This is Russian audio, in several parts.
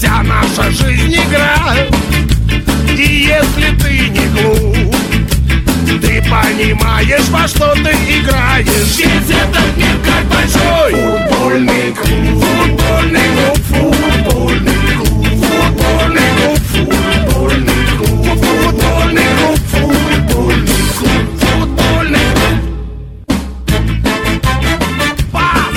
вся наша жизнь игра. И если ты не глуп, ты понимаешь, во что ты играешь. Ведь этот мир как большой футбольный клуб. Футбольный клуб, футбольный клуб. Футбольный клуб, футбольный клуб. Футбольный клуб, футбольный клуб. Футбольный клуб. Пас!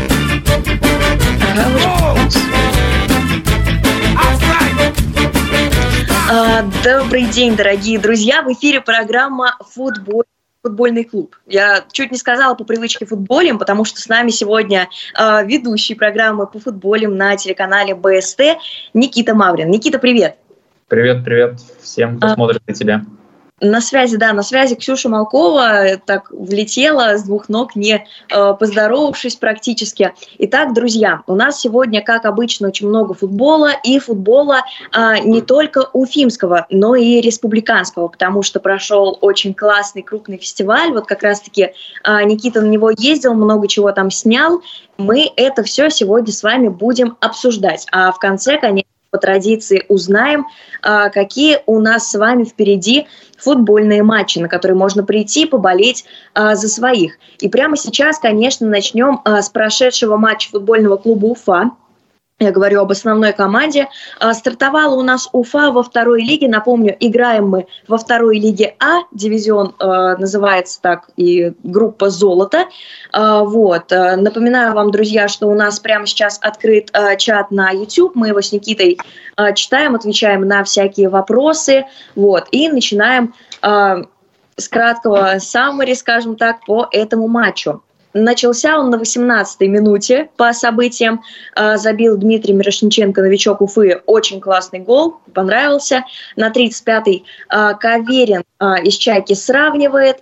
Добрый день, дорогие друзья! В эфире программа «Футбольный клуб». Я чуть не сказала по привычке «футболем», потому что с нами сегодня ведущий программы по футболям на телеканале БСТ Никита Маврин. Никита, привет! Привет всем, кто смотрит на тебя. На связи Ксюша Малкова так влетела с двух ног, не поздоровавшись практически. Итак, друзья, у нас сегодня, как обычно, очень много футбола, и футбола не только уфимского, но и республиканского, потому что прошел очень классный, крупный фестиваль. Вот как раз-таки Никита на него ездил, много чего там снял. Мы это все сегодня с вами будем обсуждать. А в конце, конечно, по традиции узнаем, какие у нас с вами впереди футбольные матчи, на которые можно прийти, поболеть за своих. И прямо сейчас, конечно, начнем с прошедшего матча футбольного клуба «Уфа». Я говорю об основной команде. Стартовала у нас Уфа во второй лиге. Напомню, играем мы во второй лиге А. Дивизион называется так и группа «Золото». Напоминаю вам, друзья, что у нас прямо сейчас открыт чат на YouTube. Мы его с Никитой читаем, отвечаем на всякие вопросы. И начинаем с краткого саммари, скажем так, по этому матчу. Начался он на 18-й минуте по событиям. Забил Дмитрий Мирошниченко, новичок Уфы. Очень классный гол, понравился. На 35-й Каверин из «Чайки» сравнивает.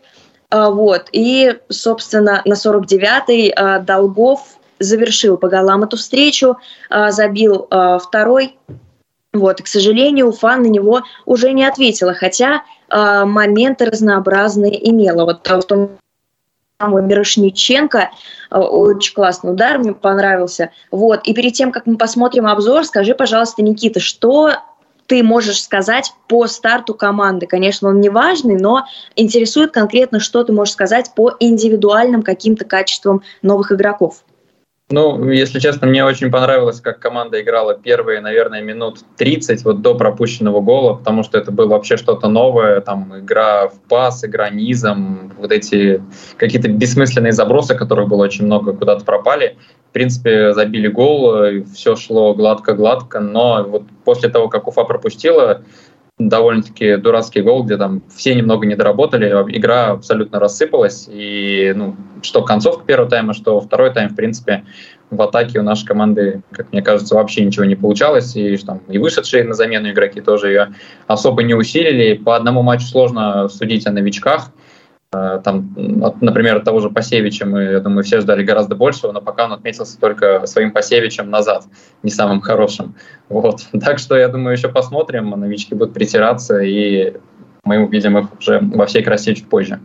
И, собственно, на 49-й Долгов завершил по голам эту встречу. Забил второй. И, к сожалению, Уфа на него уже не ответила, хотя моменты разнообразные имела. В том Мирошниченко, очень классный удар, мне понравился. И перед тем, как мы посмотрим обзор, скажи, пожалуйста, Никита, что ты можешь сказать по старту команды? Конечно, он не важный, но интересует конкретно, что ты можешь сказать по индивидуальным каким-то качествам новых игроков. Если честно, мне очень понравилось, как команда играла первые, наверное, минут 30 до пропущенного гола, потому что это было вообще что-то новое, там игра в пас, игра низом, эти какие-то бессмысленные забросы, которых было очень много, куда-то пропали. В принципе, забили гол, и все шло гладко-гладко, но после того, как Уфа пропустила довольно-таки дурацкий гол, где там все немного не доработали, игра абсолютно рассыпалась, и что концовка первого тайма, что второй тайм, в принципе, в атаке у нашей команды, как мне кажется, вообще ничего не получалось, и вышедшие на замену игроки тоже ее особо не усилили. По одному матчу сложно судить о новичках. Например, от того же Пасевича я думаю, все ждали гораздо большего, но пока он отметился только своим Пасевичем назад, не самым хорошим. Так что, я думаю, еще посмотрим, новички будут притираться, и мы увидим их уже во всей красе чуть позже.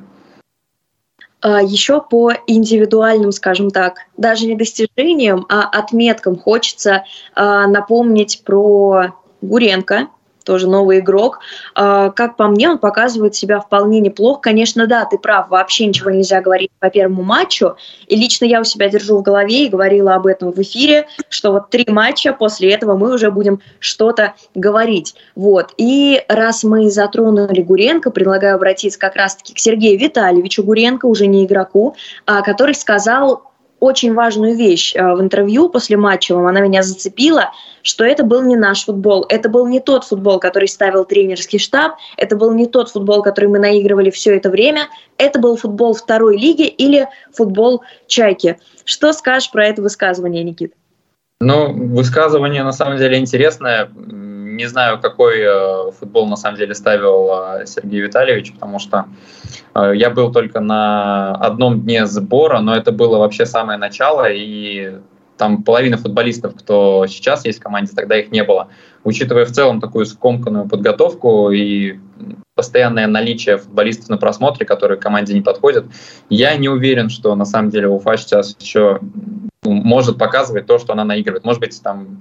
Еще по индивидуальным, скажем так, даже не достижениям, а отметкам хочется напомнить про Гуренко. Тоже новый игрок. Как по мне, он показывает себя вполне неплохо. Конечно, да, ты прав, вообще ничего нельзя говорить по первому матчу. И лично я у себя держу в голове и говорила об этом в эфире, что 3 матча, после этого мы уже будем что-то говорить. И раз мы затронули Гуренко, предлагаю обратиться как раз-таки к Сергею Витальевичу Гуренко, уже не игроку, который сказал очень важную вещь в интервью после матча, она меня зацепила, что это был не наш футбол, это был не тот футбол, который ставил тренерский штаб, это был не тот футбол, который мы наигрывали все это время, это был футбол второй лиги или футбол «Чайки». Что скажешь про это высказывание, Никит? Высказывание на самом деле интересное. Не знаю, какой футбол на самом деле ставил Сергей Витальевич, потому что я был только на одном дне сбора, но это было вообще самое начало, и там половина футболистов, кто сейчас есть в команде, тогда их не было. Учитывая в целом такую скомканную подготовку и постоянное наличие футболистов на просмотре, которые команде не подходят, я не уверен, что на самом деле Уфа сейчас еще может показывать то, что она наигрывает. Может быть, там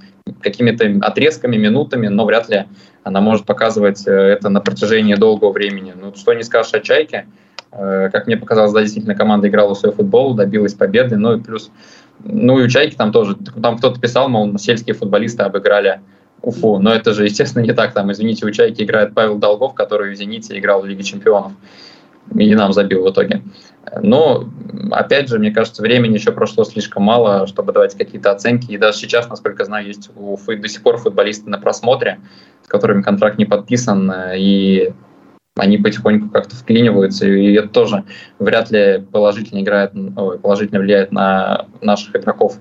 какими-то отрезками, минутами, но вряд ли она может показывать это на протяжении долгого времени. Ну, что не скажешь о «Чайке». Как мне показалось, да, действительно, команда играла в свой футбол, добилась победы. Ну и плюс, ну и у «Чайки» там тоже, там кто-то писал, мол, сельские футболисты обыграли Уфу. Но это же, естественно, не так. Там, извините, у «Чайки» играет Павел Долгов, который в «Зените» играл в Лиге чемпионов. И нам забил в итоге. Но, опять же, мне кажется, времени еще прошло слишком мало, чтобы давать какие-то оценки. И даже сейчас, насколько знаю, есть у Уфы до сих пор футболисты на просмотре, с которыми контракт не подписан, и они потихоньку как-то вклиниваются, и это тоже вряд ли положительно влияет на наших игроков.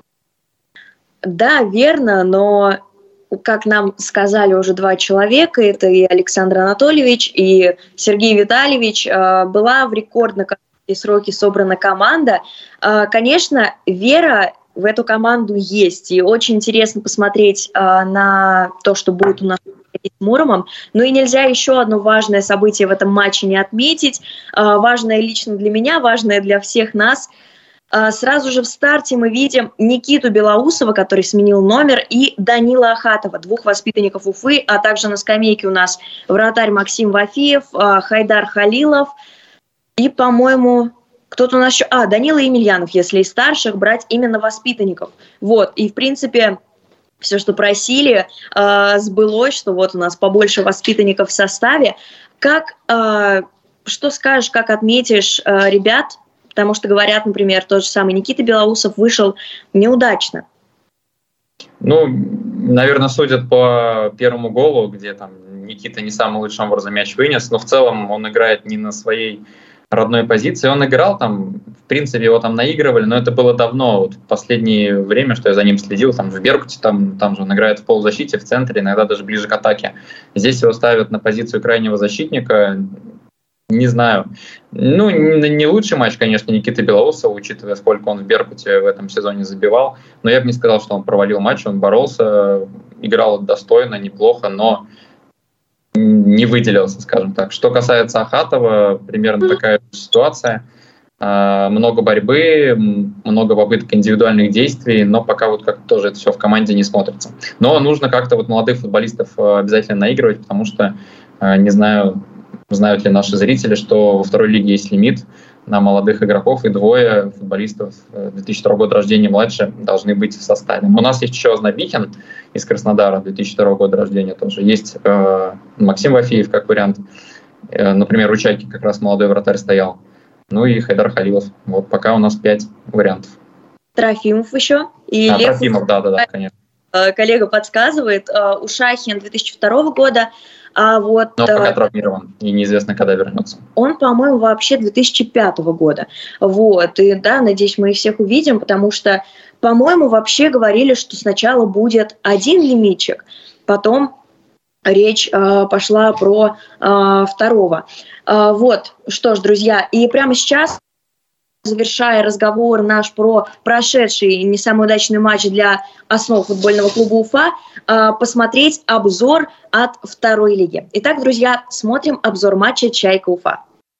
Да, верно, но, как нам сказали уже два человека, это и Александр Анатольевич, и Сергей Витальевич, была в рекордно короткие сроки собрана команда. Конечно, вера в эту команду есть, и очень интересно посмотреть на то, что будет у нас с Муромом. Ну и нельзя еще одно важное событие в этом матче не отметить, важное лично для меня, важное для всех нас. Сразу же в старте мы видим Никиту Белоусова, который сменил номер, и Данила Ахатова, двух воспитанников Уфы, а также на скамейке у нас вратарь Максим Вафиев, Хайдар Халилов и, по-моему, кто-то у нас еще... Данила Емельянов, если из старших брать именно воспитанников. Вот, и в принципе... Все, что просили, сбылось, что вот у нас побольше воспитанников в составе. Что скажешь, как отметишь ребят? Потому что говорят, например, тот же самый Никита Белоусов вышел неудачно. Ну, наверное, судят по первому голу, где там Никита не самым лучшим образом мяч вынес, но в целом он играет не на своей родной позиции. Он играл там, в принципе, его там наигрывали, но это было давно. Вот в последнее время, что я за ним следил, там в Беркуте, там же он играет в полузащите, в центре, иногда даже ближе к атаке. Здесь его ставят на позицию крайнего защитника. Не знаю. Ну, не лучший матч, конечно, Никиты Белоусова, учитывая, сколько он в Беркуте в этом сезоне забивал. Но я бы не сказал, что он провалил матч. Он боролся, играл достойно, неплохо, но не выделился, скажем так. Что касается Ахатова, примерно такая же ситуация. Много борьбы, много попыток индивидуальных действий, но пока вот как-то тоже это все в команде не смотрится. Но нужно как-то вот молодых футболистов обязательно наигрывать, потому что, не знаю, знают ли наши зрители, что во второй лиге есть лимит на молодых игроков, и двое футболистов 2002 года рождения младше должны быть в составе. Но у нас есть еще Ознобихин из Краснодара, 2002 года рождения тоже. Есть Максим Вафиев как вариант. Например, у «Чайки» как раз молодой вратарь стоял. Ну и Хайдар Халилов. Вот пока у нас 5 вариантов. Трофимов еще. И Трофимов, да, конечно. Коллега подсказывает. Ушахин 2002 года. Но пока травмирован, и неизвестно, когда вернется. Он, по-моему, вообще 2005 года. Вот, и да, надеюсь, мы их всех увидим, потому что, по-моему, вообще говорили, что сначала будет один лимитчик, потом речь пошла про второго. Вот, что ж, друзья, и прямо сейчас, завершая разговор наш про прошедший не самый удачный матч для основ футбольного клуба Уфа, посмотреть обзор от второй лиги. Итак, друзья, смотрим обзор матча «Чайка-Уфа».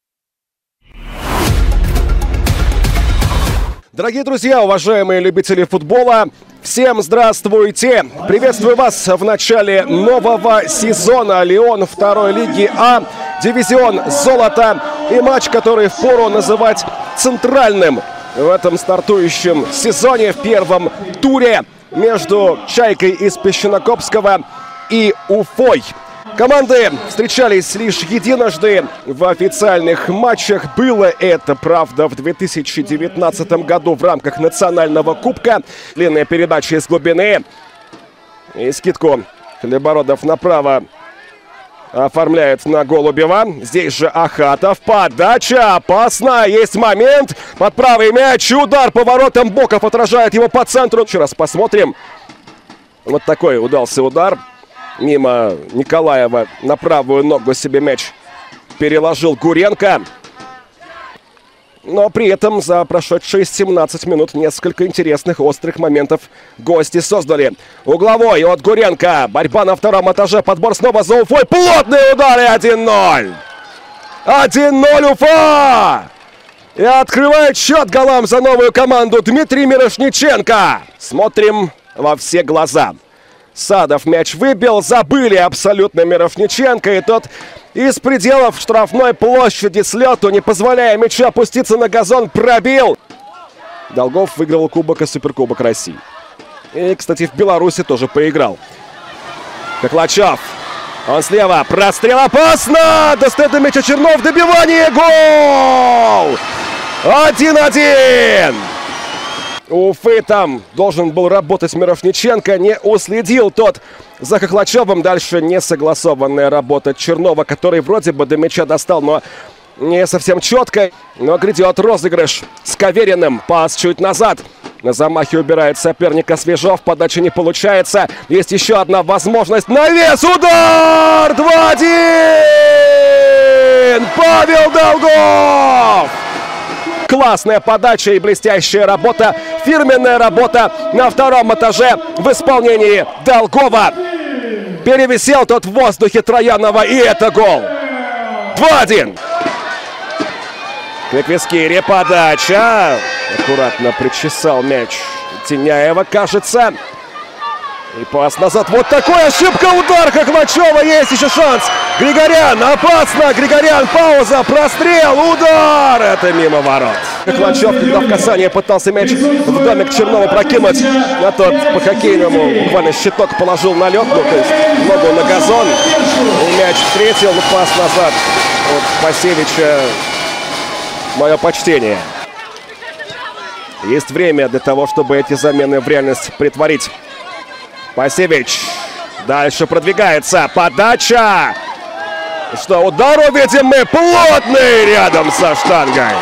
Дорогие друзья, уважаемые любители футбола, всем здравствуйте! Приветствую вас в начале нового сезона Лион второй лиги А, дивизион «Золото» и матч, который впору называть центральным в этом стартующем сезоне в первом туре между «Чайкой» из Песчинокопского и Уфой. Команды встречались лишь единожды в официальных матчах. Было это, правда, в 2019 году в рамках национального кубка. Длинная передача из глубины. И скидку Хлебородов направо оформляет на Голубева. Здесь же Ахатов. Подача опасна. Есть момент. Под правый мяч. Удар поворотом. Боков отражает его по центру. Еще раз посмотрим. Вот такой удался удар. Мимо Николаева на правую ногу себе мяч переложил Гуренко. Но при этом за прошедшие 17 минут несколько интересных острых моментов гости создали. Угловой от Гуренко. Борьба на втором этаже. Подбор снова за Уфой. Плотные удары. 1-0. 1-0 Уфа. И открывает счет голам за новую команду Дмитрий Мирошниченко. Смотрим во все глаза. Садов мяч выбил, забыли абсолютно Мирошниченко, и тот из пределов штрафной площади с лету, не позволяя мячу опуститься на газон, пробил. Долгов выиграл Кубок и Суперкубок России. И, кстати, в Беларуси тоже поиграл. Коклачев. Он слева. Прострел опасно! Достает до мяча Чернов. Добивание. Гол! 1-1! Уфы там должен был работать Мирошниченко. Не уследил тот за Коклачевым. Дальше несогласованная работа Чернова, который вроде бы до мяча достал, но не совсем четко. Но грядет розыгрыш с Кавериным. Пас чуть назад. На замахе убирает соперника Свежов. Подача не получается. Есть еще одна возможность. Навес! Удар! 2-1! Павел Долгов! Классная подача и блестящая работа. Фирменная работа на втором этаже в исполнении Долгова. Перевисел тот в воздухе Троянова. И это гол. 2-1. Квиквискири, подача. Аккуратно причесал мяч Тиняева, кажется. И пас назад. Вот такой ошибка. Удар Коклачева. Есть еще шанс. Григорян. Опасно. Григорян. Пауза. Прострел. Удар. Это мимо ворот. Коклачев, когда в касание пытался мяч в домик Чернова прокинуть, а тот по-хоккейному буквально щиток положил на лед. Ну, то есть ногу на газон. И мяч встретил. Пас назад от Пасевича. Мое почтение. Есть время для того, чтобы эти замены в реальность притворить. Пасевич дальше продвигается. Подача. Что, удар увидим мы. Плотный рядом со штангой.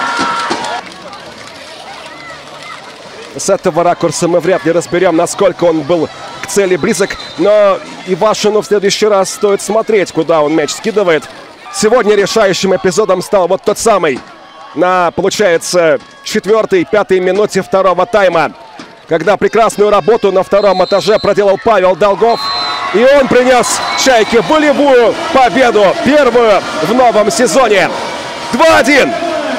С этого ракурса мы вряд ли разберем, насколько он был к цели близок. Но Ивашину в следующий раз стоит смотреть, куда он мяч скидывает. Сегодня решающим эпизодом стал вот тот самый. На, получается, 4-5 минуте второго тайма. Когда прекрасную работу на втором этаже проделал Павел Долгов. И он принес «Чайке» волевую победу. Первую в новом сезоне. 2-1.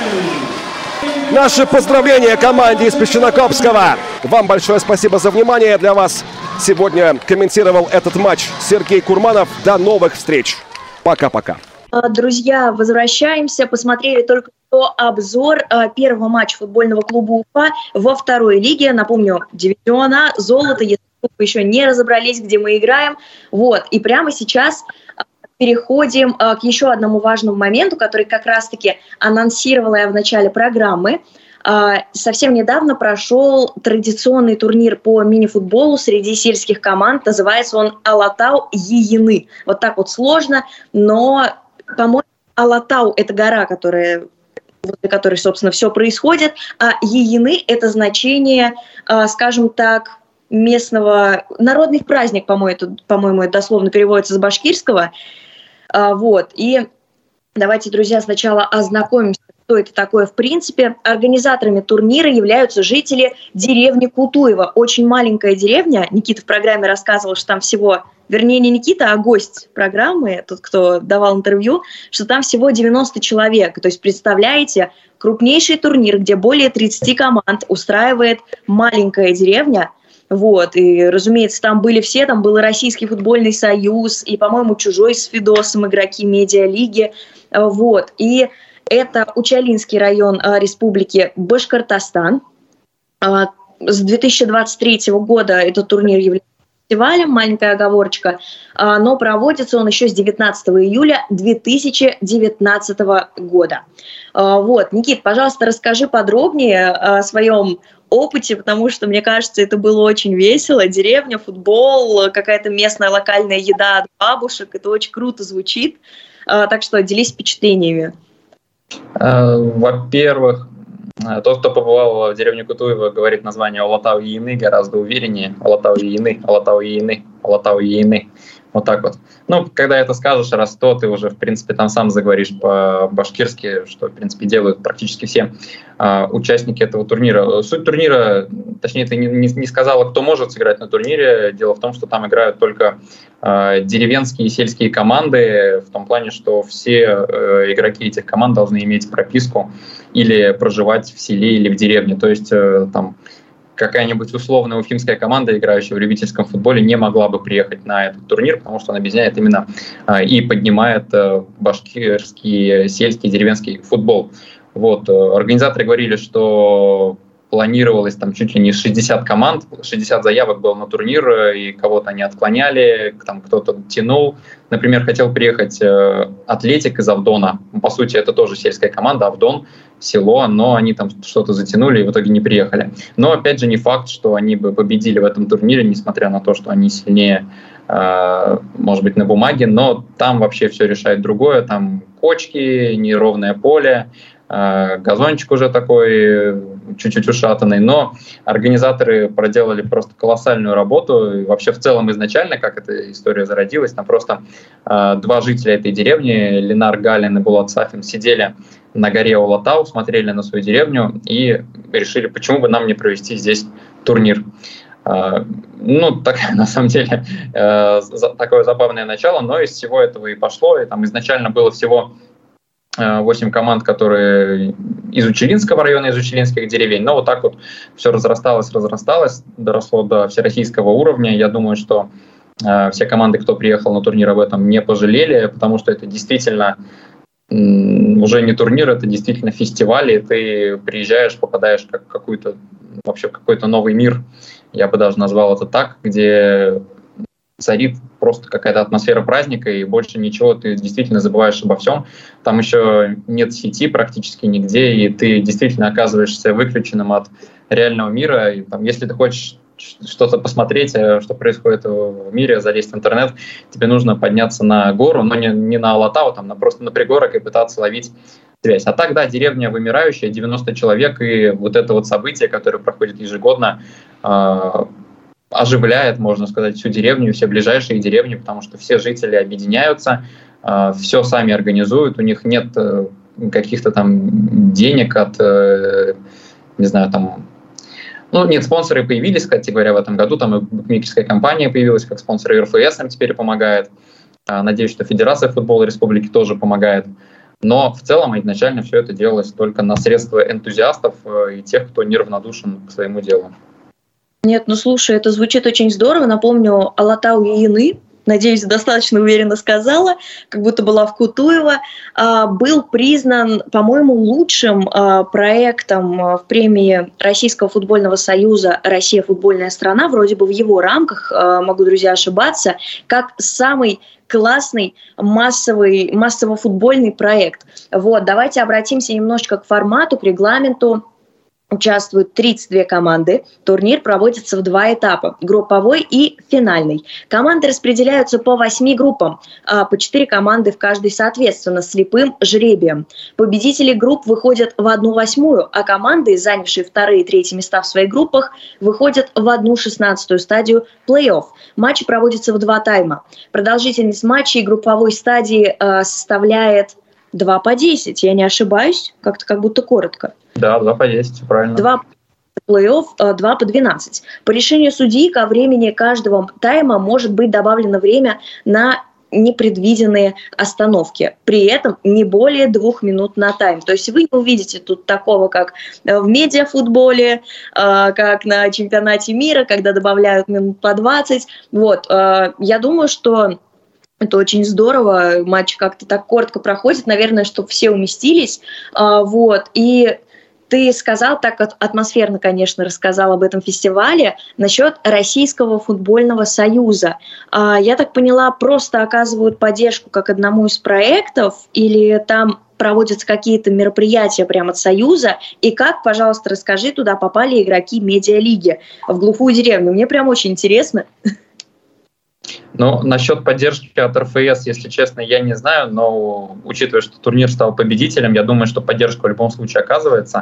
Наши поздравления команде из Песчинокопского. Вам большое спасибо за внимание. Для вас сегодня комментировал этот матч Сергей Курманов. До новых встреч. Пока-пока. Друзья, возвращаемся. Посмотрели только что обзор первого матча футбольного клуба Уфа во второй лиге. Напомню, дивизион А, золото, если вы еще не разобрались, где мы играем. Вот. И прямо сейчас переходим к еще одному важному моменту, который как раз-таки анонсировала я в начале программы. Совсем недавно прошел традиционный турнир по мини-футболу среди сельских команд. Называется он Алатау-Яины. Вот так вот сложно, но, по-моему, Алатау – это гора, возле которой, собственно, все происходит, а Яины – это значение, скажем так, местного, народный праздник, по-моему, это дословно переводится с башкирского. Вот, и давайте, друзья, сначала ознакомимся, что это такое в принципе. Организаторами турнира являются жители деревни Кутуево. Очень маленькая деревня. Никита в программе рассказывал, что там всего, вернее, не Никита, а гость программы, тот, кто давал интервью, что там всего 90 человек. То есть, представляете, крупнейший турнир, где более 30 команд устраивает маленькая деревня. Вот, и, разумеется, там были все, там был и Российский футбольный союз, и, по-моему, Чужой с Фидосом, игроки медиалиги, вот, и это Учалинский район Республики Башкортостан. С 2023 года этот турнир является фестивалем, маленькая оговорочка, но проводится он еще с 19 июля 2019 года. Вот, Никит, пожалуйста, расскажи подробнее о своем опыте, потому что, мне кажется, это было очень весело. Деревня, футбол, какая-то местная локальная еда от бабушек. Это очень круто звучит. Так что делись впечатлениями. Во-первых, тот, кто побывал в деревне Кутуево, говорит название Алатау-Яины гораздо увереннее. Алатау-Яины, Алатау-Яины, Алатау-Яины. Вот так вот. Ну, когда это скажешь раз 100, ты уже, в принципе, там сам заговоришь по-башкирски, что, в принципе, делают практически все участники этого турнира. Суть турнира, точнее, ты не сказала, кто может сыграть на турнире. Дело в том, что там играют только деревенские и сельские команды, в том плане, что все игроки этих команд должны иметь прописку или проживать в селе или в деревне. То есть там какая-нибудь условная уфимская команда, играющая в любительском футболе, не могла бы приехать на этот турнир, потому что он объединяет именно и поднимает башкирский, сельский, деревенский футбол. Вот. Организаторы говорили, что планировалось там чуть ли не 60 команд, 60 заявок было на турнир, и кого-то они отклоняли, там кто-то тянул. Например, хотел приехать Атлетик из Авдона. По сути, это тоже сельская команда, Авдон, село, но они там что-то затянули и в итоге не приехали. Но, опять же, не факт, что они бы победили в этом турнире, несмотря на то, что они сильнее, может быть, на бумаге, но там вообще все решает другое. Там кочки, неровное поле, газончик уже такой чуть-чуть ушатанный, но организаторы проделали просто колоссальную работу. И вообще в целом изначально, как эта история зародилась, там просто два жителя этой деревни, Ленар Галин и Булат Сафин, сидели на горе Улатау, смотрели на свою деревню и решили, почему бы нам не провести здесь турнир. Ну, так, на самом деле, такое забавное начало, но из всего этого и пошло. И там изначально было всего 8 команд, которые из Учелинского района, из учелинских деревень. Но вот так вот все разрасталось, доросло до всероссийского уровня. Я думаю, что все команды, кто приехал на турнир, об этом не пожалели, потому что это действительно уже не турнир, это действительно фестиваль, и ты приезжаешь, попадаешь в какой-то новый мир, я бы даже назвал это так, где царит просто какая-то атмосфера праздника, и больше ничего, ты действительно забываешь обо всем. Там еще нет сети практически нигде, и ты действительно оказываешься выключенным от реального мира. И, там, если ты хочешь что-то посмотреть, что происходит в мире, залезть в интернет, тебе нужно подняться на гору, но не на Алатау, просто на пригорок и пытаться ловить связь. А так, да, деревня вымирающая, 90 человек, и вот это вот событие, которое проходит ежегодно, оживляет, можно сказать, всю деревню, все ближайшие деревни, потому что все жители объединяются, все сами организуют, у них нет каких-то там денег от, не знаю, там, ну, нет, спонсоры появились, кстати говоря, в этом году, там и букмекерская компания появилась, как спонсор, и РФС им теперь помогает. Надеюсь, что Федерация футбола республики тоже помогает. Но в целом изначально все это делалось только на средства энтузиастов и тех, кто неравнодушен к своему делу. Нет, ну слушай, это звучит очень здорово. Напомню, Алатау Яины, надеюсь, достаточно уверенно сказала, как будто была в Кутуево, был признан, по-моему, лучшим проектом в премии Российского футбольного союза «Россия – футбольная страна», вроде бы в его рамках, могу, друзья, ошибаться, как самый классный массово-футбольный проект. Вот, давайте обратимся немножечко к формату, к регламенту. Участвуют 32 команды. Турнир проводится в 2 этапа – групповой и финальный. Команды распределяются по 8 группам, по 4 команды в каждой, соответственно, слепым жребием. Победители групп выходят в 1/8, а команды, занявшие 2 и 3 места в своих группах, выходят в 1/16 стадию плей-офф. Матчи проводятся в 2 тайма. Продолжительность матчей групповой стадии составляет 2 по 10. Я не ошибаюсь? Как-то как будто коротко. Да, 2 по 10, правильно. 2 плей-офф, 2 по 12. По решению судьи ко времени каждого тайма может быть добавлено время на непредвиденные остановки. При этом не более 2 минут на тайм. То есть вы не увидите тут такого, как в медиафутболе, как на чемпионате мира, когда добавляют минут по 20. Вот. Я думаю, что это очень здорово. Матч как-то так коротко проходит. Наверное, чтобы все уместились. Вот. И ты сказал, так атмосферно, конечно, рассказал об этом фестивале, насчет Российского футбольного союза. Я так поняла, просто оказывают поддержку как одному из проектов, или там проводятся какие-то мероприятия прямо от союза? И как, пожалуйста, расскажи, туда попали игроки медиалиги в глухую деревню? Мне прям очень интересно. Ну, насчет поддержки от РФС, если честно, я не знаю, но учитывая, что турнир стал победителем, я думаю, что поддержка в любом случае оказывается.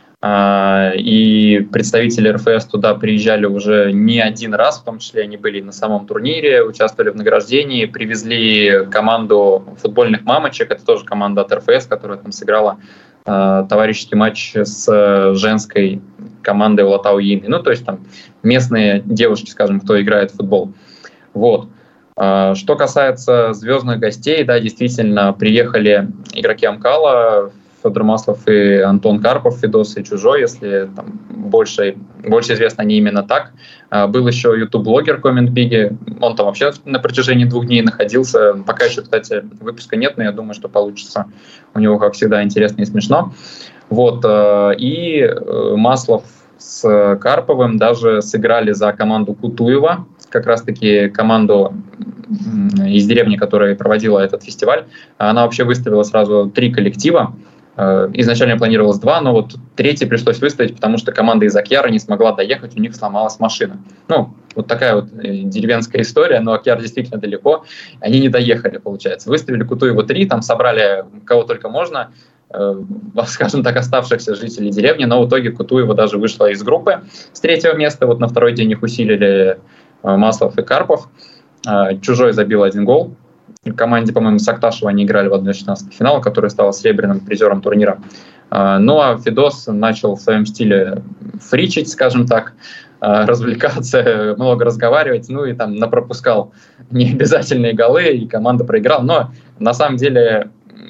И представители РФС туда приезжали уже не один раз, в том числе они были на самом турнире, участвовали в награждении, привезли команду футбольных мамочек, это тоже команда от РФС, которая там сыграла товарищеский матч с женской командой Улатау Яины. Ну, то есть там местные девушки, скажем, кто играет в футбол. Вот. Что касается звездных гостей, да, действительно, приехали игроки Амкала, Федор Маслов и Антон Карпов, Фидос и Чужой, если там больше известно они именно так. Был еще YouTube-блогер Comment Biggie, он там вообще на протяжении 2 дней находился. Пока еще, кстати, выпуска нет, но я думаю, что получится у него, как всегда, интересно и смешно. Вот. И Маслов с Карповым даже сыграли за команду Кутуева, как раз-таки команду из деревни, которая проводила этот фестиваль. Она вообще выставила сразу 3 коллектива. Изначально планировалось 2, но вот 3 пришлось выставить, потому что команда из Акьяра не смогла доехать, у них сломалась машина. Ну, вот такая вот деревенская история, но Акьяр действительно далеко, они не доехали, получается. Выставили Кутуева 3, там собрали кого только можно, скажем так, оставшихся жителей деревни, но в итоге Кутуева даже вышла из группы с 3-го места, вот на 2-й день их усилили Маслов и Карпов. Чужой забил 1 гол. В команде, по-моему, Сакташева они играли в 1/16 финала, который стал серебряным призером турнира. Ну а Фидос начал в своем стиле фричить, скажем так, развлекаться, много разговаривать, ну и там напропускал необязательные голы, и команда проиграла. Но на самом деле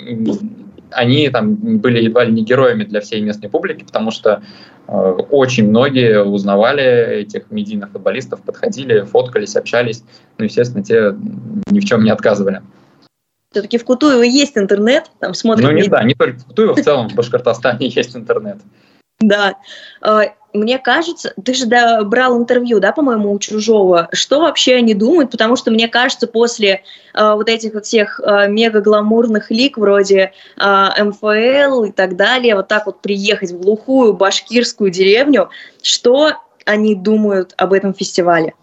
они там были едва ли не героями для всей местной публики, потому что очень многие узнавали этих медийных футболистов, подходили, фоткались, общались. Ну, естественно, те ни в чем не отказывали. Все-таки в Кутуево есть интернет, там смотрят... Ну, не только в Кутуево, в целом в Башкортостане есть интернет. Да. Мне кажется, ты же брал интервью, да, по-моему, у Чужого. Что вообще они думают? Потому что, мне кажется, после вот этих вот всех мега-гламурных лиг вроде МФЛ и так далее, вот так вот приехать в глухую башкирскую деревню, что они думают об этом фестивале?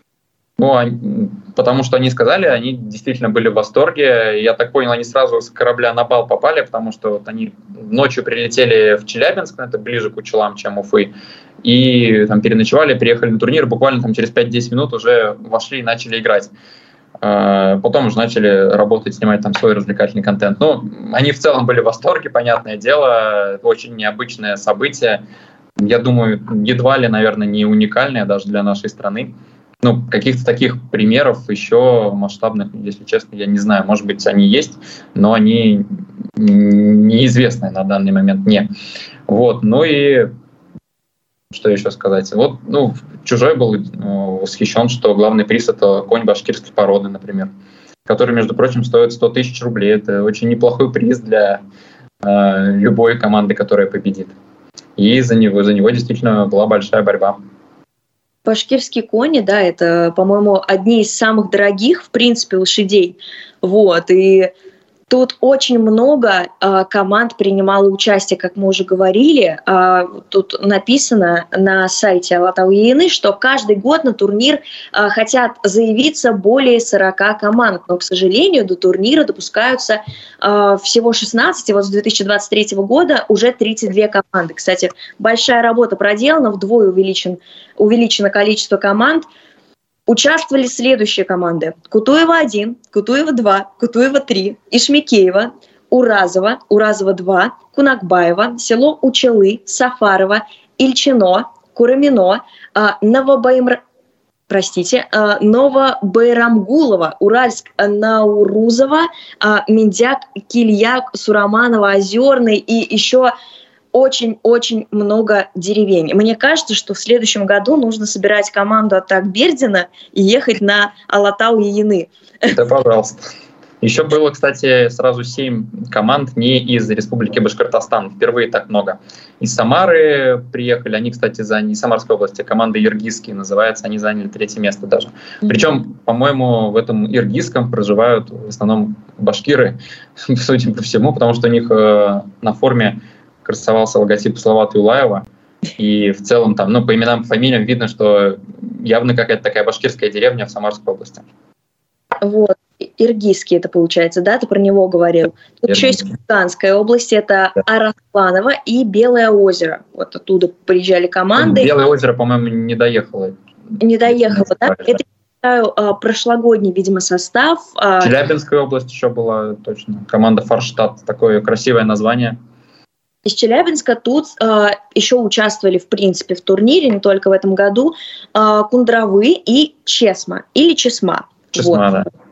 Ну, потому что они сказали, они действительно были в восторге. Я так понял, они сразу с корабля на бал попали, потому что вот они ночью прилетели в Челябинск, это ближе к Учелам, чем Уфы, и там переночевали, приехали на турнир, буквально там через 5-10 минут уже вошли и начали играть. Потом уже начали работать, снимать там свой развлекательный контент. Ну, они в целом были в восторге, понятное дело, очень необычное событие. Я думаю, едва ли, наверное, не уникальное даже для нашей страны. Ну, каких-то таких примеров еще масштабных, если честно, я не знаю. Может быть, они есть, но они неизвестны на данный момент мне. Вот, ну и что еще сказать? Вот, ну, Чужой был восхищен, что главный приз — это конь башкирской породы, например, который, между прочим, стоит 100 000 рублей. Это очень неплохой приз для любой команды, которая победит. И за него действительно была большая борьба. Башкирские кони, да, это, по-моему, одни из самых дорогих, в принципе, лошадей. Вот, и тут очень много команд принимало участие, как мы уже говорили. Тут написано на сайте Алатау-Яины, что каждый год на турнир хотят заявиться более 40 команд, но, к сожалению, до турнира допускаются всего 16, и вот с 2023 года уже 32 команды. Кстати, большая работа проделана, вдвое увеличено количество команд. Участвовали следующие команды: Кутуева-1, Кутуева-2, Кутуева-3, Ишмекеева, Уразова, Уразова-2, Кунакбаева, село Учелы, Сафарова, Ильчино, Курамино, Новобайрамгулова, Уральск, Наурузова, Миндяк, Кильяк, Сураманово, Озерный и еще очень-очень много деревень. Мне кажется, что в следующем году нужно собирать команду от Акбердина и ехать на Алатау-Яины. Да, пожалуйста. Еще было, кстати, сразу 7 команд не из Республики Башкортостан. Впервые так много. Из Самары приехали. Они, кстати, не Самарской области, команда Иргизские называется. Они заняли 3-е место даже. Причем, по-моему, в этом Иргизском проживают в основном башкиры, судя по всему, потому что у них на форме красовался логотип Салавата Юлаева. И в целом там, по именам, по фамилиям видно, что явно какая-то такая башкирская деревня в Самарской области. Вот. Иргизский это получается, да? Ты про него говорил. Тут еще есть Курганская область, это Арахланово и Белое озеро. Вот оттуда приезжали команды. Белое озеро, по-моему, не доехало. Не доехало, да? Это, я считаю, прошлогодний, видимо, состав. Челябинская область еще была, точно. Команда Форштадт, такое красивое название. Из Челябинска тут еще участвовали, в принципе, в турнире, не только в этом году, Кундравы и Чесма, или Чесма. Чесма, вот. да.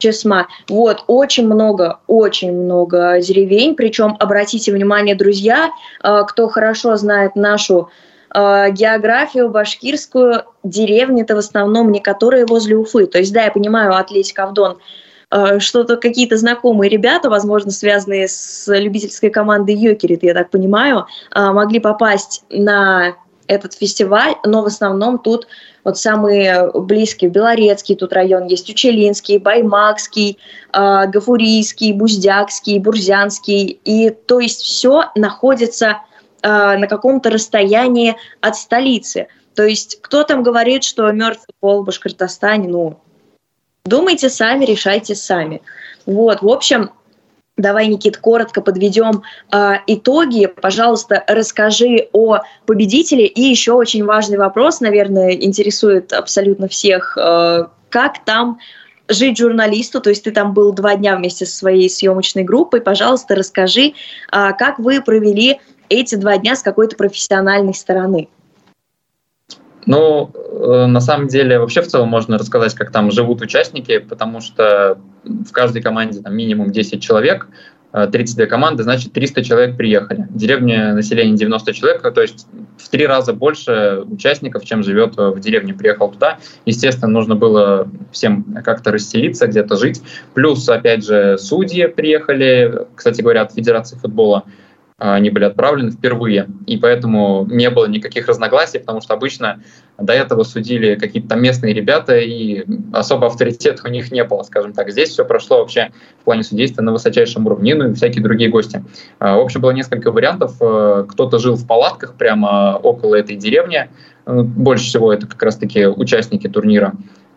Чесма. Вот, очень много деревень, причем, обратите внимание, друзья, кто хорошо знает нашу географию башкирскую, деревни-то в основном не которые возле Уфы. То есть, да, я понимаю, Атлетик Авдон, что-то какие-то знакомые ребята, возможно, связанные с любительской командой Йокерит, я так понимаю, могли попасть на этот фестиваль, но в основном тут вот самые близкие, Белорецкий тут район есть, Учелинский, Баймакский, Гафурийский, Буздякский, Бурзянский, и то есть все находится на каком-то расстоянии от столицы. То есть кто там говорит, что мертвый пол в Башкортостане, ну, думайте сами, решайте сами. Вот, в общем, давай, Никит, коротко подведем итоги. Пожалуйста, расскажи о победителе. И еще очень важный вопрос, наверное, интересует абсолютно всех. Как там жить журналисту? То есть ты там был 2 дня вместе со своей съемочной группой. Пожалуйста, расскажи, как вы провели эти 2 дня с какой-то профессиональной стороны. Ну, на самом деле, вообще в целом можно рассказать, как там живут участники, потому что в каждой команде там минимум 10 человек, 32 команды, значит, 300 человек приехали. Деревня, население 90 человек, то есть в 3 раза больше участников, чем живет в деревне, приехал туда. Естественно, нужно было всем как-то расселиться, где-то жить. Плюс, опять же, судьи приехали, кстати говоря, от Федерации футбола. Они были отправлены впервые, и поэтому не было никаких разногласий, потому что обычно до этого судили какие-то там местные ребята, и особо авторитета у них не было, скажем так. Здесь все прошло вообще в плане судейства на высочайшем уровне, ну и всякие другие гости. В общем, было несколько вариантов. Кто-то жил в палатках прямо около этой деревни. Больше всего это как раз-таки участники турнира.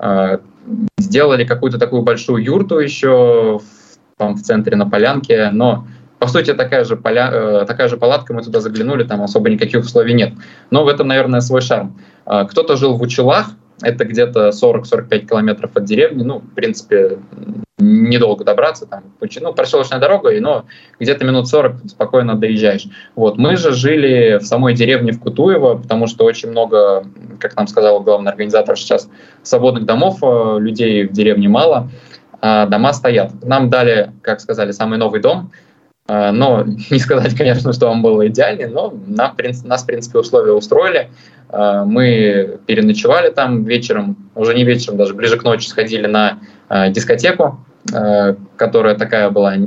Сделали какую-то такую большую юрту еще в центре на полянке, но по сути, такая же палатка, мы туда заглянули, там особо никаких условий нет. Но в этом, наверное, свой шарм. Кто-то жил в Учелах, это где-то 40-45 километров от деревни, ну, в принципе, недолго добраться, там, проселочная дорога, но где-то минут 40 спокойно доезжаешь. Вот. Мы же жили в самой деревне в Кутуево, потому что очень много, как нам сказал главный организатор сейчас, свободных домов, людей в деревне мало, а дома стоят. Нам дали, как сказали, самый новый дом, но не сказать, конечно, что он был идеальный, но нас, в принципе, условия устроили. Мы переночевали там вечером, уже не вечером, даже ближе к ночи сходили на дискотеку, которая такая была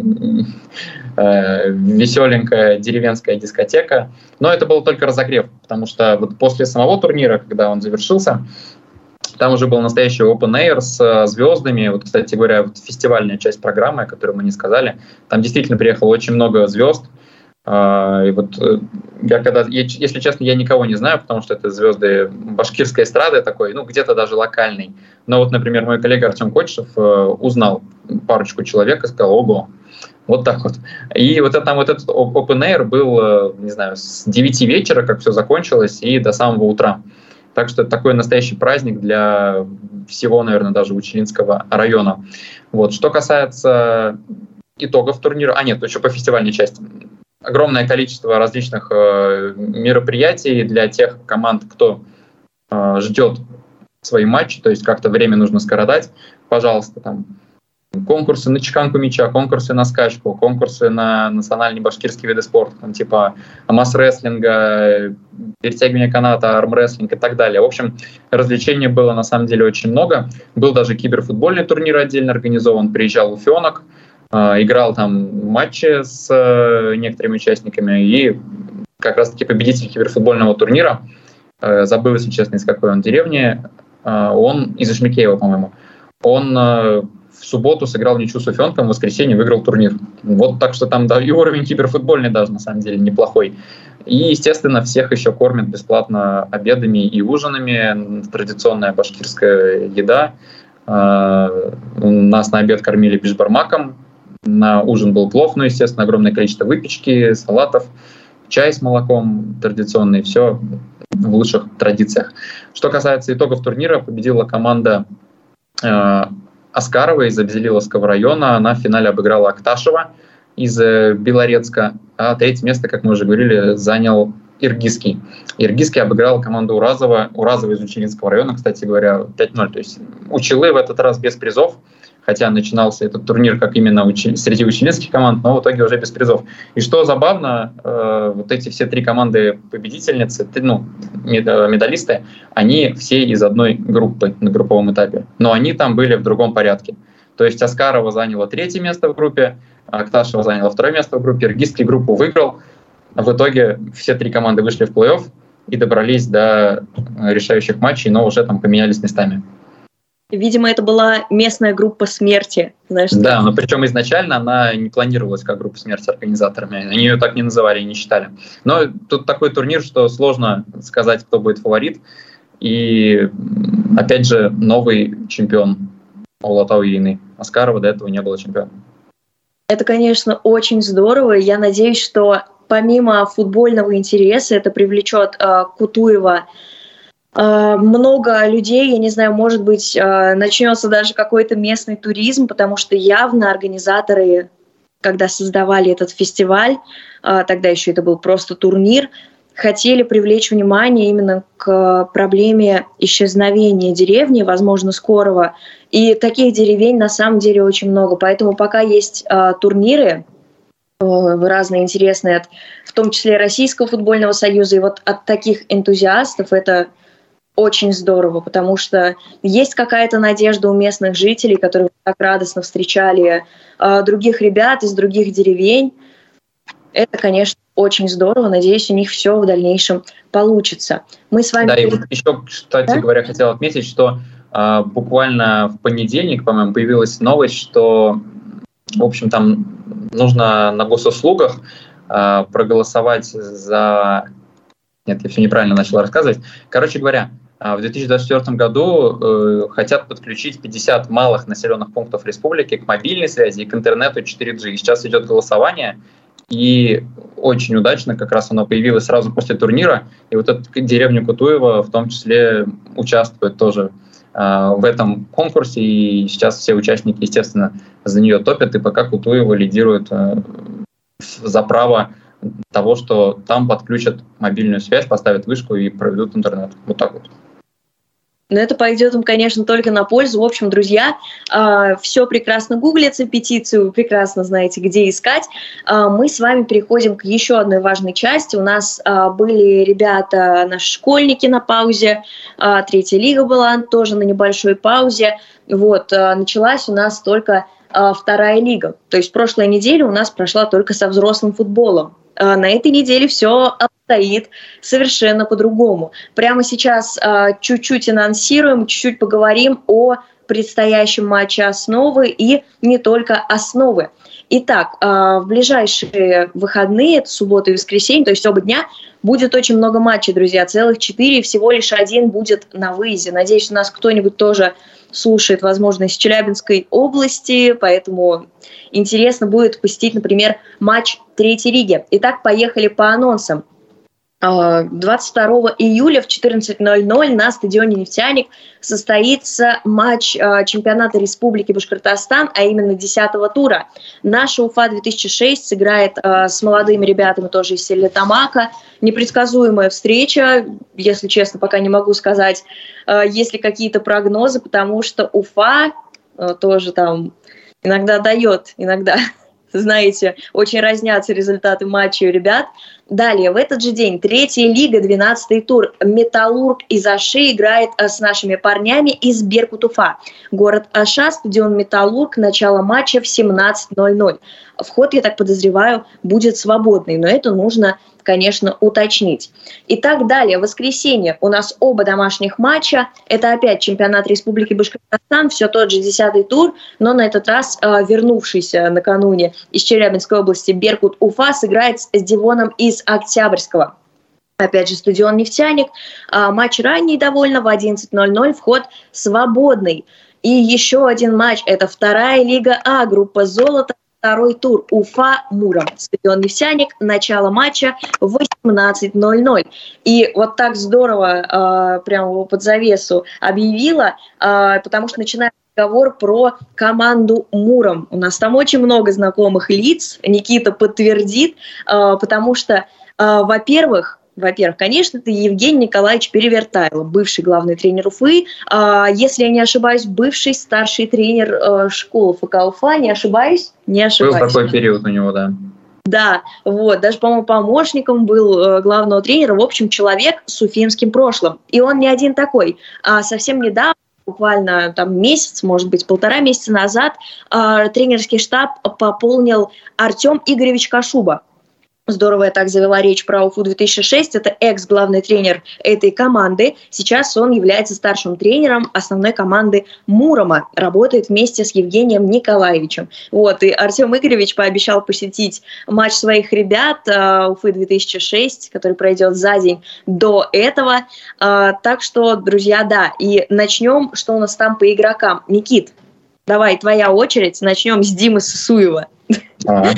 веселенькая деревенская дискотека. Но это был только разогрев, потому что вот после самого турнира, когда он завершился, там уже был настоящий open air с звездами. Вот, кстати говоря, вот фестивальная часть программы, о которой мы не сказали, там действительно приехало очень много звезд. И вот если честно, я никого не знаю, потому что это звезды башкирской эстрады такой, ну, где-то даже локальный. Но вот, например, мой коллега Артем Котчев узнал парочку человек и сказал: ого, вот так вот. И вот этот open air был, не знаю, с 9 вечера, как все закончилось, и до самого утра. Так что это такой настоящий праздник для всего, наверное, даже Учелинского района. Вот. Что касается итогов турнира, нет, еще по фестивальной части. Огромное количество различных мероприятий для тех команд, кто ждет свои матчи, то есть как-то время нужно скоротать. Пожалуйста, там конкурсы на чеканку мяча, конкурсы на скачку, конкурсы на национальные башкирские виды спорта, там, типа масс-рестлинга, перетягивания каната, армрестлинг и так далее. В общем, развлечений было на самом деле очень много. Был даже киберфутбольный турнир отдельно организован, приезжал Уфенок, играл там матчи с некоторыми участниками, и как раз-таки победитель киберфутбольного турнира, забыл, если честно, из какой он деревни, он из Ишмекеева, по-моему, он в субботу сыграл ничью с Уфенком, в воскресенье выиграл турнир. Вот, так что там да, и уровень киберфутбольный даже на самом деле неплохой. И, естественно, всех еще кормят бесплатно обедами и ужинами. Традиционная башкирская еда. Нас на обед кормили бишбармаком, на ужин был плов, но, естественно, огромное количество выпечки, салатов, чай с молоком традиционный, все в лучших традициях. Что касается итогов турнира, победила команда Аскарова из Абзелиловского района. Она в финале обыграла Акташева из Белорецка. А третье место, как мы уже говорили, занял Иргизский. Иргизский обыграл команду Уразова из Учелинского района, кстати говоря, 5-0. То есть Учелы в этот раз без призов. хотя начинался этот турнир как именно среди ученических команд, но в итоге уже без призов. И что забавно, вот эти все 3 команды победительницы, медалисты, они все из одной группы на групповом этапе, но они там были в другом порядке. То есть Аскарова заняла 3-е место в группе, Акташева заняла 2-е место в группе, Иргизский группу выиграл. В итоге все 3 команды вышли в плей-офф и добрались до решающих матчей, но уже там поменялись местами. Видимо, это была местная группа смерти. Знаешь, да, но причем изначально она не планировалась как группа смерти организаторами. Они ее так не называли и не считали. Но тут такой турнир, что сложно сказать, кто будет фаворит. И, опять же, новый чемпион Улатау-Ейны. Аскарова до этого не было чемпионом. Это, конечно, очень здорово. Я надеюсь, что помимо футбольного интереса это привлечет Кутуева много людей, я не знаю, может быть, начнется даже какой-то местный туризм, потому что явно организаторы, когда создавали этот фестиваль, тогда еще это был просто турнир, хотели привлечь внимание именно к проблеме исчезновения деревни, возможно, скорого. И таких деревень на самом деле очень много. Поэтому пока есть турниры разные интересные, в том числе Российского футбольного союза, и вот от таких энтузиастов это очень здорово, потому что есть какая-то надежда у местных жителей, которые так радостно встречали других ребят из других деревень. Это, конечно, очень здорово. Надеюсь, у них все в дальнейшем получится. Мы с вами... Да, и вот еще, кстати говоря, хотел отметить, что буквально в понедельник, по-моему, появилась новость, что, в общем, там нужно на госуслугах проголосовать за... Нет, я все неправильно начал рассказывать. Короче говоря, в 2024 году хотят подключить 50 малых населенных пунктов республики к мобильной связи и к интернету 4G. Сейчас идет голосование, и очень удачно как раз оно появилось сразу после турнира. И вот эта деревня Кутуева в том числе участвует тоже в этом конкурсе. И сейчас все участники, естественно, за нее топят. И пока Кутуева лидирует за право того, что там подключат мобильную связь, поставят вышку и проведут интернет. Вот так вот. Но это пойдет им, конечно, только на пользу. В общем, друзья, все прекрасно гуглится, петицию вы прекрасно знаете, где искать. Мы с вами переходим к еще одной важной части. У нас были ребята, наши школьники на паузе, 3-я лига была тоже на небольшой паузе. Вот, началась у нас только 2-я лига. То есть прошлая неделя у нас прошла только со взрослым футболом. На этой неделе все обстоит совершенно по-другому. Прямо сейчас чуть-чуть анонсируем, чуть-чуть поговорим о предстоящем матче «Основы» и не только «Основы». Итак, в ближайшие выходные, это суббота и воскресенье, то есть оба дня, будет очень много матчей, друзья, целых 4, всего лишь 1 будет на выезде. Надеюсь, у нас кто-нибудь тоже слушает, возможно, из Челябинской области, поэтому интересно будет посетить, например, матч 3-й лиги. Итак, поехали по анонсам. 22 июля в 14:00 на стадионе «Нефтяник» состоится матч чемпионата Республики Башкортостан, а именно 10-го тура. Наша Уфа-2006 сыграет с молодыми ребятами тоже из Стерлитамака. Непредсказуемая встреча, если честно, пока не могу сказать, есть ли какие-то прогнозы, потому что Уфа тоже там иногда дает, иногда... Знаете, очень разнятся результаты матчей у ребят. Далее, в этот же день, 3-я лига, 12-й тур. «Металлург» из Аши играет с нашими парнями из Беркут-Уфа. Город Аша, стадион «Металлург», начало матча в 17:00. Вход, я так подозреваю, будет свободный, но это нужно, конечно, уточнить. Итак, далее, воскресенье. У нас оба домашних матча. Это опять чемпионат Республики Башкортостан, все тот же 10-й тур, но на этот раз вернувшийся накануне из Челябинской области Беркут-Уфа сыграет с Дивоном из Октябрьского. Опять же, стадион «Нефтяник». Матч ранний довольно, в 11:00, вход свободный. И еще один матч, это 2-я лига А, группа «Золото». 2-й тур Уфа-Муром. Стадион «Нефтяник», начало матча в 18:00. И вот так здорово прямо под завесу объявила, потому что начинается разговор про команду «Муром». У нас там очень много знакомых лиц, Никита подтвердит, потому что, во-первых, Во-первых, конечно, это Евгений Николаевич Перевертайло, бывший главный тренер Уфы. Если я не ошибаюсь, бывший старший тренер школы ФК Уфа. Не ошибаюсь? Не ошибаюсь. Был такой период у него, да. Да, вот, даже, по-моему, помощником был главного тренера. В общем, человек с уфимским прошлым. И он не один такой. Совсем недавно, буквально там месяц, может быть, 1,5 месяца назад, тренерский штаб пополнил Артем Игоревич Кашуба. Здорово я так завела речь про Уфу-2006. Это экс-главный тренер этой команды. Сейчас он является старшим тренером основной команды Мурома. Работает вместе с Евгением Николаевичем. Вот, и Артем Игоревич пообещал посетить матч своих ребят Уфы-2006, который пройдет за день до этого. Так что, друзья, да. И начнем, что у нас там по игрокам. Никит, давай, твоя очередь. Начнем с Димы Сысуева. Да,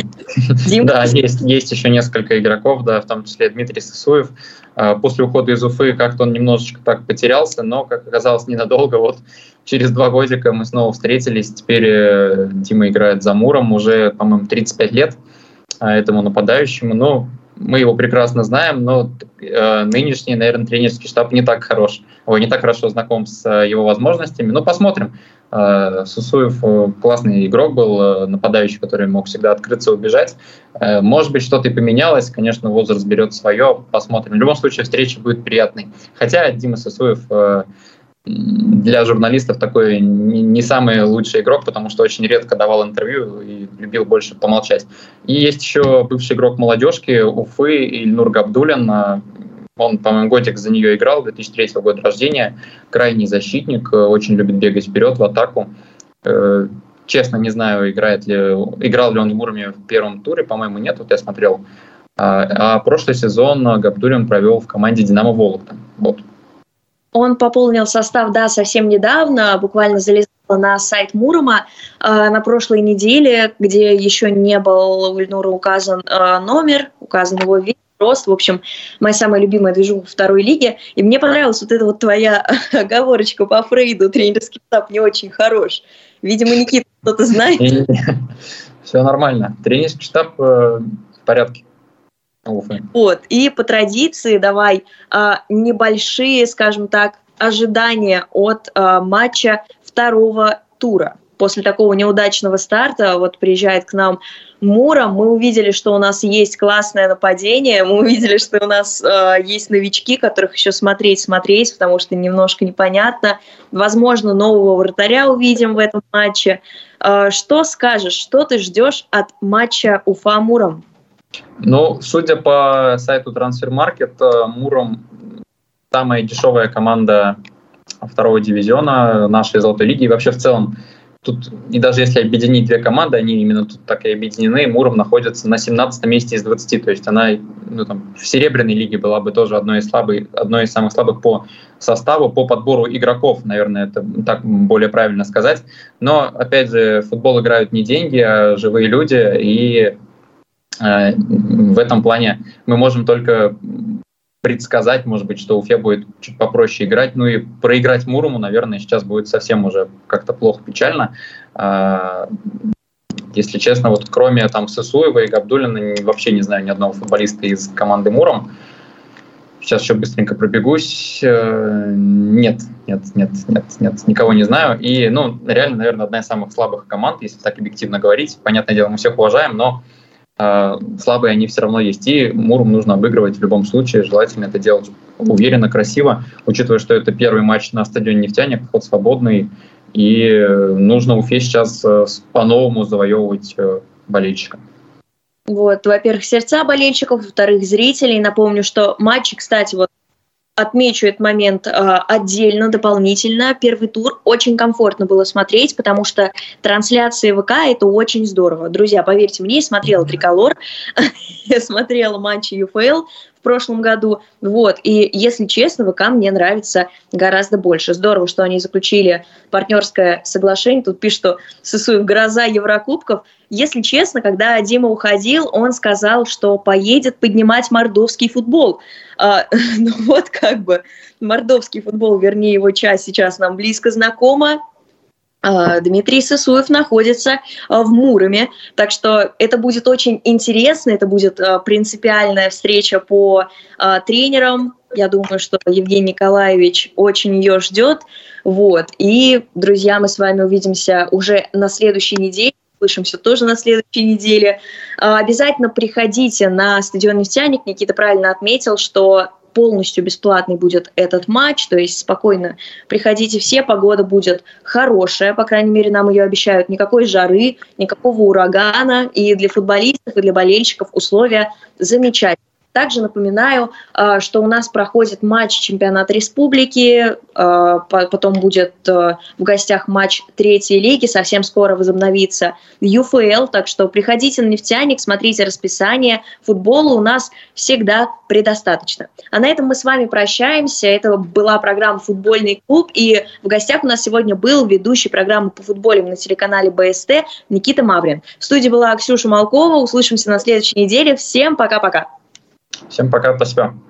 есть еще несколько игроков, да, в том числе Дмитрий Сысуев. После ухода из Уфы как-то он немножечко так потерялся, но, как оказалось, ненадолго. Вот через 2 годика мы снова встретились. Теперь Дима играет за Муром, уже, по-моему, 35 лет этому нападающему. Но мы его прекрасно знаем, но нынешний, наверное, тренерский штаб не так хорошо знаком с его возможностями. Но посмотрим. Сысуев классный игрок был, нападающий, который мог всегда открыться и убежать. Может быть, что-то и поменялось. Конечно, возраст берет свое. Посмотрим. В любом случае, встреча будет приятной. Хотя Дима Сысуев для журналистов такой не самый лучший игрок, потому что очень редко давал интервью и любил больше помолчать. И есть еще бывший игрок молодежки Уфы Ильнур Габдуллин. Он, по-моему, годик за нее играл, 2003 года рождения. Крайний защитник, очень любит бегать вперед в атаку. Честно, не знаю, играл ли он в Муроме в первом туре, по-моему, нет, вот я смотрел. А прошлый сезон Габдуллин провел в команде «Динамо Вологда». Вот. Он пополнил состав, да, совсем недавно, буквально залезал на сайт Мурома на прошлой неделе, где еще не был у Ильнура указан номер, указан его вид. Рост, в общем, моя самая любимая движуха второй лиги. И мне понравилась вот эта вот твоя оговорочка по Фрейду, тренерский штаб не очень хорош. Видимо, Никита что-то знает. Все нормально. Тренерский штаб в порядке. Вот, и по традиции давай небольшие, скажем так, ожидания от матча второго тура. После такого неудачного старта вот приезжает к нам Муром. Мы увидели, что у нас есть классное нападение, мы увидели, что у нас есть новички, которых еще смотреть, потому что немножко непонятно. Возможно, нового вратаря увидим в этом матче. Что скажешь, что ты ждешь от матча Уфа-Муром? Ну, судя по сайту Transfermarkt, Муром самая дешевая команда второго дивизиона нашей золотой лиги и вообще в целом. Тут, и даже если объединить 2 команды, они именно тут так и объединены, Муром находится на 17 месте из 20, то есть она в серебряной лиге была бы тоже одной из самых слабых по составу, по подбору игроков, наверное, это так более правильно сказать. Но, опять же, в футбол играют не деньги, а живые люди, и в этом плане мы можем только предсказать, может быть, что Уфе будет чуть попроще играть. Ну и проиграть Мурому, наверное, сейчас будет совсем уже как-то плохо, печально. Если честно, вот кроме там Сысуева и Габдуллина, вообще не знаю ни одного футболиста из команды Муром. Сейчас еще быстренько пробегусь. Нет, никого не знаю. И, реально, наверное, одна из самых слабых команд, если так объективно говорить. Понятное дело, мы всех уважаем, но слабые они все равно есть, и Муром нужно обыгрывать в любом случае, желательно это делать уверенно, красиво, учитывая, что это первый матч на стадионе «Нефтяник», вход свободный, и нужно Уфе сейчас по-новому завоевывать болельщика. Вот, во-первых, сердца болельщиков, во-вторых, зрителей. Напомню, что матчи, кстати, вот отмечу этот момент отдельно, дополнительно. Первый тур очень комфортно было смотреть, потому что трансляции ВК – это очень здорово. Друзья, поверьте мне, я смотрела «Триколор», я смотрела матчи ЮФЛ в прошлом году. Вот. И, если честно, ВК мне нравится гораздо больше. Здорово, что они заключили партнерское соглашение. Тут пишут, что Сысуев гроза Еврокубков. Если честно, когда Дима уходил, он сказал, что поедет поднимать мордовский футбол. Ну вот как бы мордовский футбол, вернее его часть сейчас нам близко знакома. Дмитрий Сысуев находится в Муроме, так что это будет очень интересно, это будет принципиальная встреча по тренерам. Я думаю, что Евгений Николаевич очень ее ждет. Вот. И, друзья, мы с вами увидимся уже на следующей неделе. Слышимся тоже на следующей неделе. Обязательно приходите на стадион «Нефтяник». Никита правильно отметил, что полностью бесплатный будет этот матч, то есть спокойно приходите все, погода будет хорошая, по крайней мере, нам ее обещают, никакой жары, никакого урагана, и для футболистов, и для болельщиков условия замечательные. Также напоминаю, что у нас проходит матч чемпионата республики, потом будет в гостях матч третьей лиги, совсем скоро возобновится ЮФЛ, так что приходите на «Нефтяник», смотрите расписание, футбола у нас всегда предостаточно. А на этом мы с вами прощаемся, это была программа «Футбольный клуб», и в гостях у нас сегодня был ведущий программы по футболу на телеканале БСТ Никита Маврин. В студии была Ксюша Малкова, услышимся на следующей неделе, всем пока-пока. Всем пока, спасибо.